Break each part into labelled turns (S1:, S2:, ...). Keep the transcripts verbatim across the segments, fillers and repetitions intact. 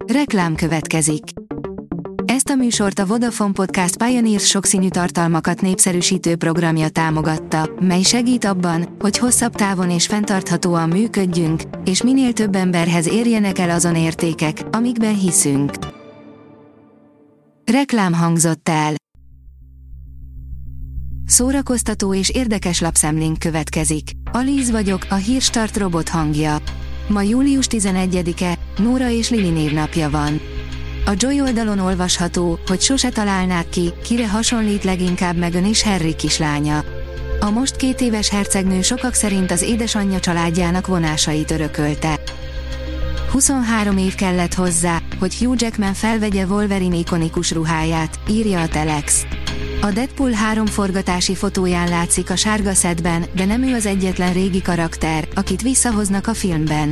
S1: Reklám következik. Ezt a műsort a Vodafone Podcast Pioneers sokszínű tartalmakat népszerűsítő programja támogatta, mely segít abban, hogy hosszabb távon és fenntarthatóan működjünk, és minél több emberhez érjenek el azon értékek, amikben hiszünk. Reklám hangzott el. Szórakoztató és érdekes lapszemlénk következik. Alíz vagyok, a Hírstart robot hangja. Ma július tizenegyedike, Nóra és Lili névnapja van. A Joy oldalon olvasható, hogy sose találnák ki, kire hasonlít leginkább Meghan és Harry kislánya. A most két éves hercegnő sokak szerint az édesanyja családjának vonásait örökölte. huszonhárom év kellett hozzá, hogy Hugh Jackman felvegye Wolverine ikonikus ruháját, írja a Telex. A Deadpool három forgatási fotóján látszik a sárga szedben, de nem ő az egyetlen régi karakter, akit visszahoznak a filmben.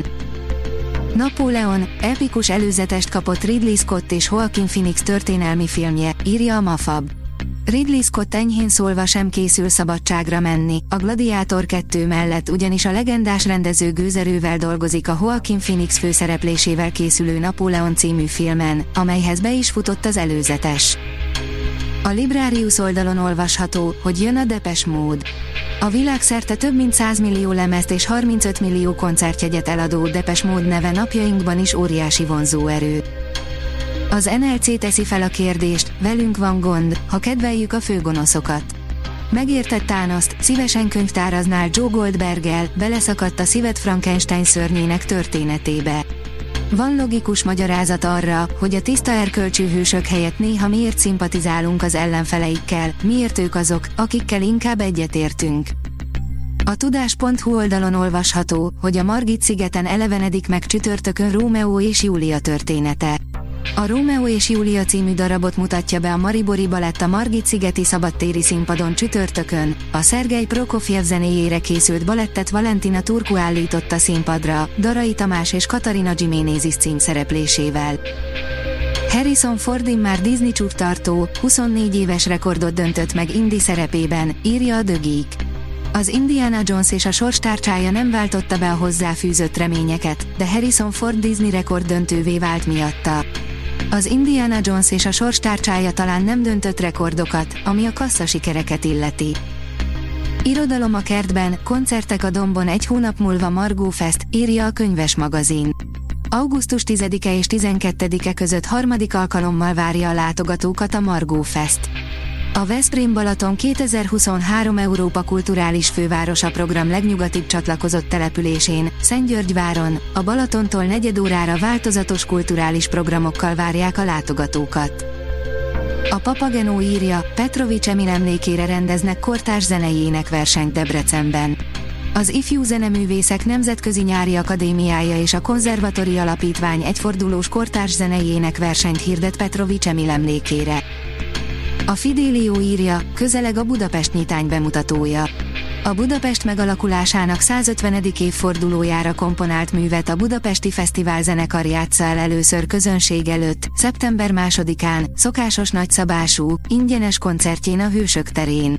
S1: Napóleon, epikus előzetest kapott Ridley Scott és Joaquin Phoenix történelmi filmje, írja a Mafab. Ridley Scott enyhén szólva sem készül szabadságra menni, a Gladiátor kettő mellett ugyanis a legendás rendező gőzerővel dolgozik a Joaquin Phoenix főszereplésével készülő Napóleon című filmen, amelyhez be is futott az előzetes. A Librarius oldalon olvasható, hogy jön a Depeche Mode. A világszerte több mint száz millió lemezt és harmincöt millió koncertjegyet eladó Depeche Mode neve napjainkban is óriási vonzóerő. Az en el cé teszi fel a kérdést, velünk van gond, ha kedveljük a főgonoszokat. Megértett Thanost, szívesen könyvtáraznál Joe Goldberggel, beleszakadt a szíved Frankenstein szörnyének történetébe. Van logikus magyarázat arra, hogy a tiszta erkölcsű hősök helyett néha miért szimpatizálunk az ellenfeleikkel, miért ők azok, akikkel inkább egyetértünk. A tudás pont hu oldalon olvasható, hogy a Margit-szigeten elevenedik meg csütörtökön Rómeó és Júlia története. A Rómeó és Júlia című darabot mutatja be a Maribori Balett a Margit-szigeti szabadtéri színpadon csütörtökön, a Szergej Prokofjev zenéjére készült balettet Valentina Turku állította színpadra, Darai Tamás és Katarina Giménézis címszereplésével. Harrison Ford immár Disney csúcstartó, huszonnégy éves rekordot döntött meg Indy szerepében, írja a The Geek. Az Indiana Jones és a sorstárcsája nem váltotta be a hozzáfűzött reményeket, de Harrison Ford Disney rekorddöntővé vált miatta. Az Indiana Jones és a sorstárcsája talán nem döntött rekordokat, ami a kasszasikereket illeti. Irodalom a kertben, koncertek a Dombon egy hónap múlva Margó Fest, írja a Könyves magazin. augusztus tizedike és tizenkettedike között harmadik alkalommal várja a látogatókat a Margó Fest. A Veszprém-Balaton kétezer-huszonhárom Európa kulturális fővárosa program legnyugatibb csatlakozott településén, Szentgyörgyváron, a Balatontól negyed órára változatos kulturális programokkal várják a látogatókat. A Papageno írja, Petrovics Emil emlékére rendeznek kortárs zenei énekversenyt Debrecenben. Az Ifjú Zeneművészek Nemzetközi Nyári Akadémiája és a Konzervatóri Alapítvány egyfordulós kortárs zenei énekversenyt hirdet Petrovics Emil emlékére. A Fidelio írja, közeleg a Budapest nyitány bemutatója. A Budapest megalakulásának százötvenedik évfordulójára komponált művet a Budapesti Fesztivál zenekar játsza el először közönség előtt, szeptember másodikán, szokásos nagyszabású, ingyenes koncertjén a Hősök terén.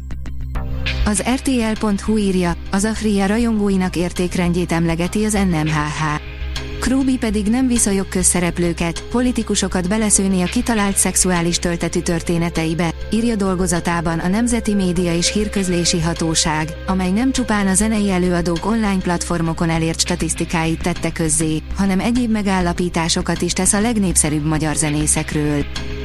S1: Az er té el pont hu írja, az Afria rajongóinak értékrendjét emlegeti az en em há há. Krúbi pedig nem visz a jogközszereplőket, politikusokat beleszőni a kitalált szexuális töltetű történeteibe, írja dolgozatában a Nemzeti Média és Hírközlési Hatóság, amely nem csupán a zenei előadók online platformokon elért statisztikáit tette közzé, hanem egyéb megállapításokat is tesz a legnépszerűbb magyar zenészekről.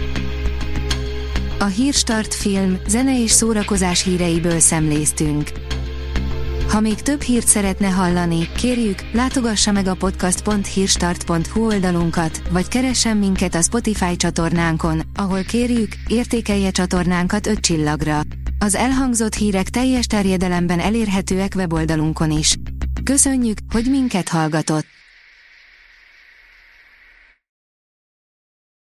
S1: A Hírstart film, zene és szórakozás híreiből szemléztünk. Ha még több hírt szeretne hallani, kérjük, látogassa meg a podcast pont hírstart pont hu oldalunkat, vagy keressen minket a Spotify csatornánkon, ahol kérjük, értékelje csatornánkat öt csillagra. Az elhangzott hírek teljes terjedelemben elérhetőek weboldalunkon is. Köszönjük, hogy minket hallgatott!